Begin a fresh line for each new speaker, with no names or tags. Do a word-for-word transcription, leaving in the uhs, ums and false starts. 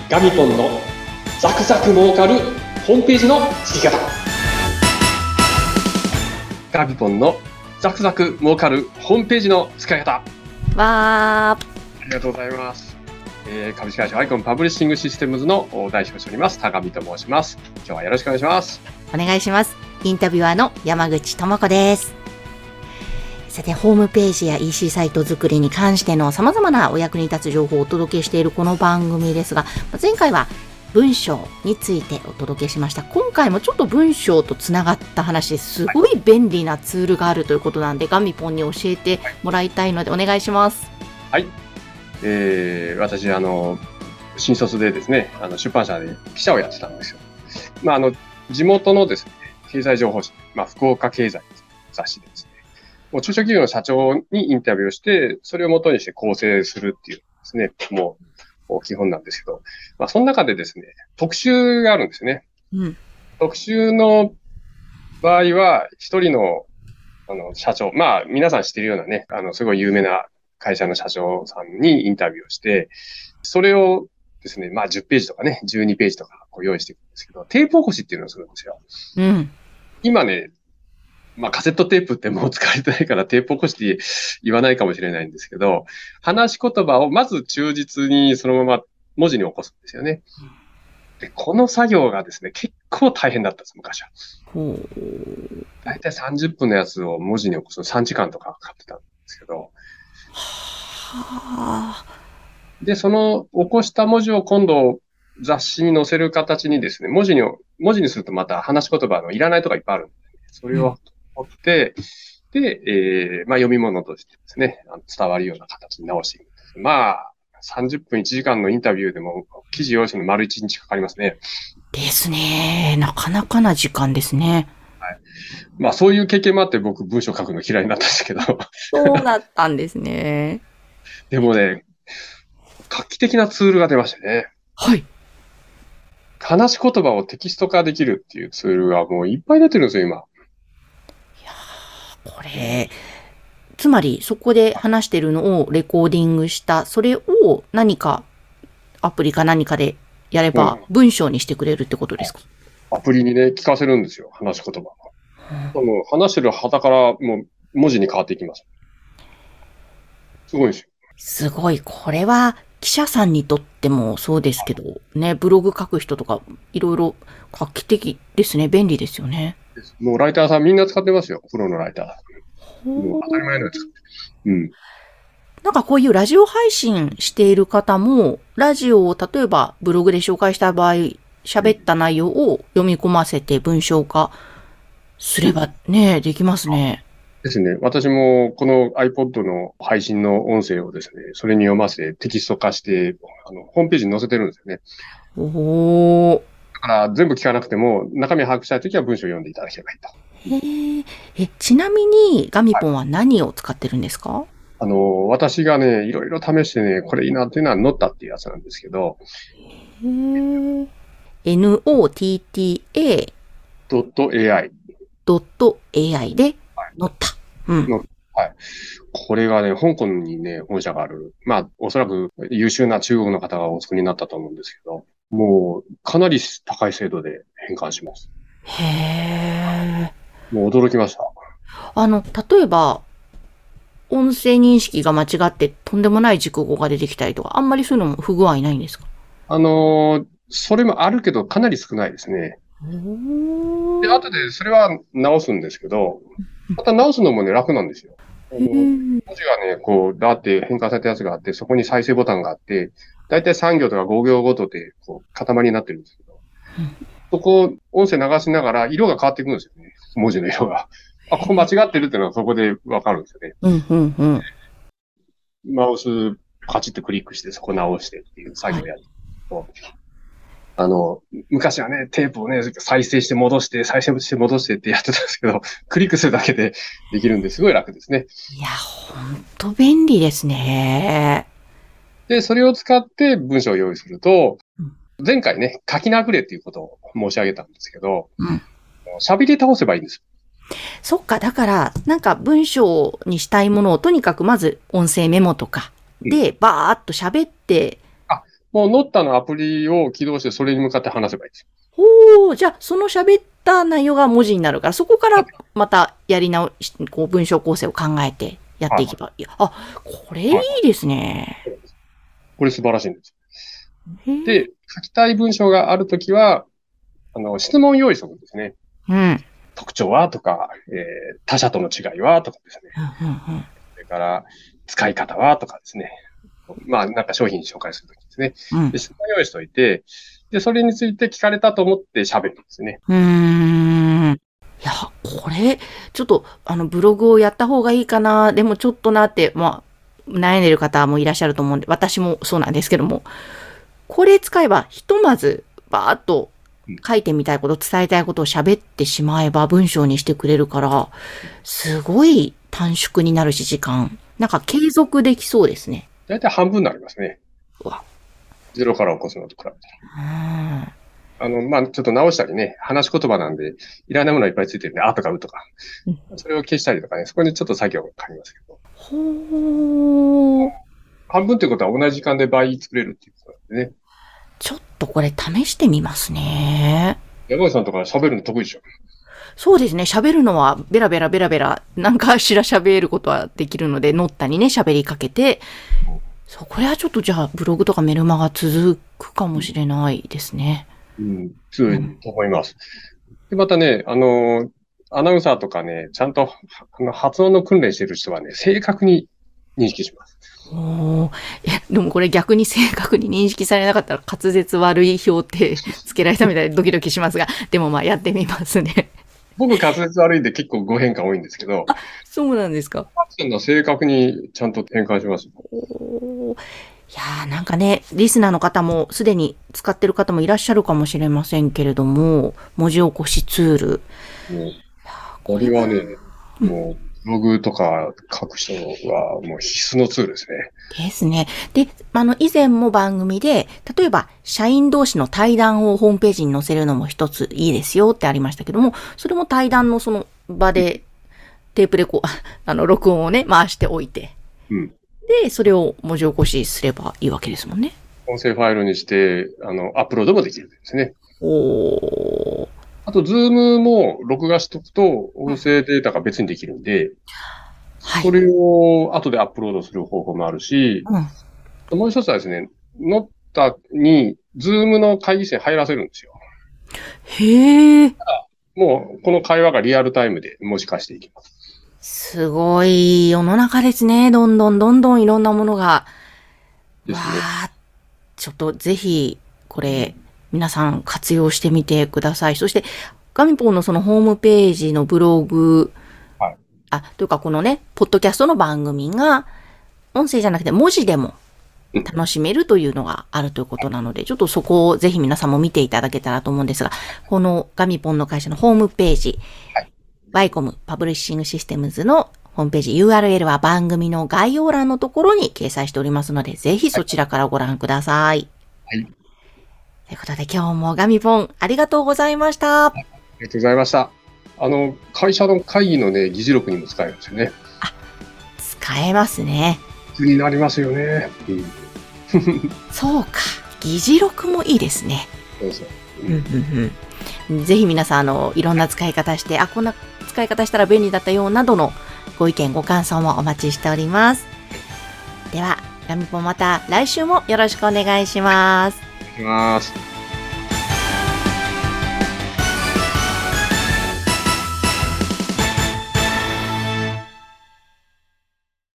ガミポンのザクザク儲かるホームページの作り方。ガミポンのザクザク儲かるホームページの使い方。
わー、
ありがとうございます。えー、株式会社アイコンパブリッシングシステムズの代表をしております高見と申します。今日はよろしくお願いします。
お願いします。インタビュアーの山口智子です。さて、ホームページや イーシー サイト作りに関しての様々なお役に立つ情報をお届けしているこの番組ですが、前回は文章についてお届けしました。今回もちょっと文章とつながった話ですごい便利なツールがあるということなんで、ガミポンに教えてもらいたいのでお願いします。
はい、えー、私あの新卒でですね、あの出版社で記者をやってたんですよ。まああの地元のですね経済情報誌、まあ福岡経済雑誌でですね、もう中小企業の社長にインタビューをして、それを元にして構成するっていうですね、もう基本なんですけど、まあその中でですね、特集があるんですね。うん、特集の場合は、一人のあの社長、まあ皆さん知ってるようなね、あのすごい有名な会社の社長さんにインタビューをして、それをですね、まあじゅっページとかね、じゅうにページとかこう用意していくんですけど、テープ起こしっていうのをするんですよ。うん、今ね、まあカセットテープってもう使われてないからテープ起こしって言わないかもしれないんですけど、話し言葉をまず忠実にそのまま文字に起こすんですよね。で、この作業がですね、結構大変だったんです、昔は。だいたいさんじゅっぷんのやつを文字に起こすのさんじかんとかかかってたんですけど。で、その起こした文字を今度雑誌に載せる形にですね、文字に、文字にするとまた話し言葉のいらないとかいっぱいあるんで、それを取って、うん、で、えー、まあ読み物としてですね、伝わるような形に直していくんです。まあ、さんじゅっぷんいちじかんのインタビューでも記事用意するの丸いちにちかかりますね。
ですね。なかなかな時間ですね。
はい。まあそういう経験もあって僕文章書くの嫌いになったんですけど。
そうだったんですね。
でもね、画期的なツールが出ましてね。
はい。
話し言葉をテキスト化できるっていうツールがもういっぱい出てるんですよ、今。い
やー、これ、つまりそこで話してるのをレコーディングした、それを何かアプリか何かでやれば文章にしてくれるってことですか？
うん、アプリにね、聞かせるんですよ、話し言葉。うん、話してる旗からもう文字に変わっていきます。すごいですよ。
すごい。これは記者さんにとってもそうですけど、ね、ブログ書く人とかいろいろ画期的ですね。便利ですよね。
もうライターさんみんな使ってますよ。プロのライター。もう当たり前のやつ。うん。
なんかこういうラジオ配信している方も、ラジオを例えばブログで紹介した場合、喋った内容を読み込ませて文章化すればね、できますね。
ですね。私もこの iPod の配信の音声をですね、それに読ませてテキスト化して、あの、ホームページに載せてるんですよね。おー。だから全部聞かなくても、中身を把握したいときは文章を読んでいただければいいと。
へえ。え、ちなみにガミポンは何を使ってるんですか？はい、
あの、私がね、いろいろ試してね、これいいなっていうのはノッタっていうやつなんですけど。
へー。ノッタ
ドット エーアイ。
ドット エーアイ でノッタ。うん。
はい。これがね、香港にね、本社がある。まあ、おそらく優秀な中国の方がお作りになったと思うんですけど、もう、かなり高い精度で変換します。へー。もう驚きました。
あの、例えば、音声認識が間違ってとんでもない熟語が出てきたりとか、あんまりそういうのも不具合ないんですか？
あのー、それもあるけど、かなり少ないですね。で、後でそれは直すんですけど、また直すのもね、楽なんですよ。文字がね、こう、だって変換されたやつがあって、そこに再生ボタンがあって、だいたいさん行とかご行ごとで、こう、塊になってるんですけど、そこを音声流しながら色が変わっていくんですよね。文字の色が。あ、ここ間違ってるっていうのはそこでわかるんですよね。うんうんうん。マウスパチッとクリックしてそこ直してっていう作業をやると、はい、あの、昔はね、テープをね、再生して戻して、再生して戻してってやってたんですけど、クリックするだけでできるんですごい楽ですね。いや、ほんと便利ですね。で、それを使って文章を用意すると、前回ね、書き殴れっていうことを申し上げたんですけど、喋、うん、り倒せばいいんです。
そっか、だから、なんか文章にしたいものをとにかくまず音声メモとかで、バーっと喋って、
もうノッタのアプリを起動してそれに向かって話せばいいです。
ほう、じゃあその喋った内容が文字になるから、そこからまたやり直し、こう文章構成を考えてやっていけばいい。あ、これいいですね。
これ素晴らしいんです。
へー
で、書きたい文章があるときは、あの、質問用意するんですね。
うん。
特徴はとか、えー他社との違いはとかですね。
うんうんうん。
それから、使い方はとかですね。まあ、なんか商品紹介するときですね。
うん
で、質問用意しておいて、で、それについて聞かれたと思って喋るんですね。
うーん。いや、これ、ちょっと、あの、ブログをやった方がいいかな、でもちょっとなって、まあ、悩んでる方もいらっしゃると思うんで、私もそうなんですけども、これ使えば、ひとまず、バーっと書いてみたいこと、伝えたいことを喋ってしまえば文章にしてくれるから、すごい短縮になるし、時間。なんか継続できそうですね。
だいたい半分になりますね。
うわ。
ゼロから起こすのと比べたら。
うん
あの、まあ、ちょっと直したりね、話し言葉なんで、いらないものがいっぱいついてるんで、あとかうとか、それを消したりとかね、そこにちょっと作業がかかりますけど。
ほー。
半分ってことは同じ時間で倍作れるっていうことなんでね。
ちょっとこれ試してみますね。
山口さんとか喋るの得意でしょ。
そうですね。喋るのはベラベラベラベラ、なんかしら喋ることはできるので、ノッタにね、喋りかけて、そう、これはちょっとじゃあ、ブログとかメルマガ続くかもしれないですね。
うん、強いと思います。で、またね、あの、アナウンサーとかね、ちゃんとあの発音の訓練してる人はね、正確に認識します。
おー。え、でもこれ逆に正確に認識されなかったら滑舌悪い評定つけられたみたいでドキドキしますが、でもまあやってみますね。
僕滑舌悪いんで結構語変換多いんですけど、
そうなんですか。
ハツさんの正確にちゃんと変換します。
おー。いやーなんかね、リスナーの方もすでに使ってる方もいらっしゃるかもしれませんけれども、文字起こしツール。
もうこれはね、もうブログとか書く人はもう必須のツールですね。
ですね。で、あの、以前も番組で、例えば、社員同士の対談をホームページに載せるのも一ついいですよってありましたけども、それも対談のその場で、テープレコ、あの、録音をね、回しておいて、
うん。
で、それを文字起こしすればいいわけですもんね。
音声ファイルにして、あの、アップロードもできるんですね。
おー。
あと、ズームも録画しとくと、音声データが別にできるんで、
はい。
それを後でアップロードする方法もあるし、
うん。
もう一つはですね、ノッタに、ズームの会議室に入らせるんですよ。
へー。
もう、この会話がリアルタイムで文字化していきます。
すごい世の中ですね。どんどんどんどんいろんなものが。
ですね。
わー。ちょっとぜひ、これ、皆さん活用してみてください。そして、ガミポンのそのホームページのブログ、
はい。
あ、というかこのね、ポッドキャストの番組が、音声じゃなくて文字でも楽しめるというのがあるということなので、ちょっとそこをぜひ皆さんも見ていただけたらと思うんですが、このガミポンの会社のホームページ、
はい、
ワイコム パブリッシングシステムズのホームページ ユーアールエル は番組の概要欄のところに掲載しておりますので、ぜひそちらからご覧ください。
はい。
ということで今日もガミポンありがとうございました。
ありがとうございました。あの、会社の会議のね、議事録にも使えるんですよね。
あ、使えますね。
気になりますよね。うん、
そうか。議事録もいいですね。
そうそう。
うんうんうん、ぜひ皆さん、あの、いろんな使い方して、あ、こんな使い方したら便利だったよ、などのご意見、ご感想もお待ちしております。では、ガミポンまた来週もよろしくお願いします。
お願いします。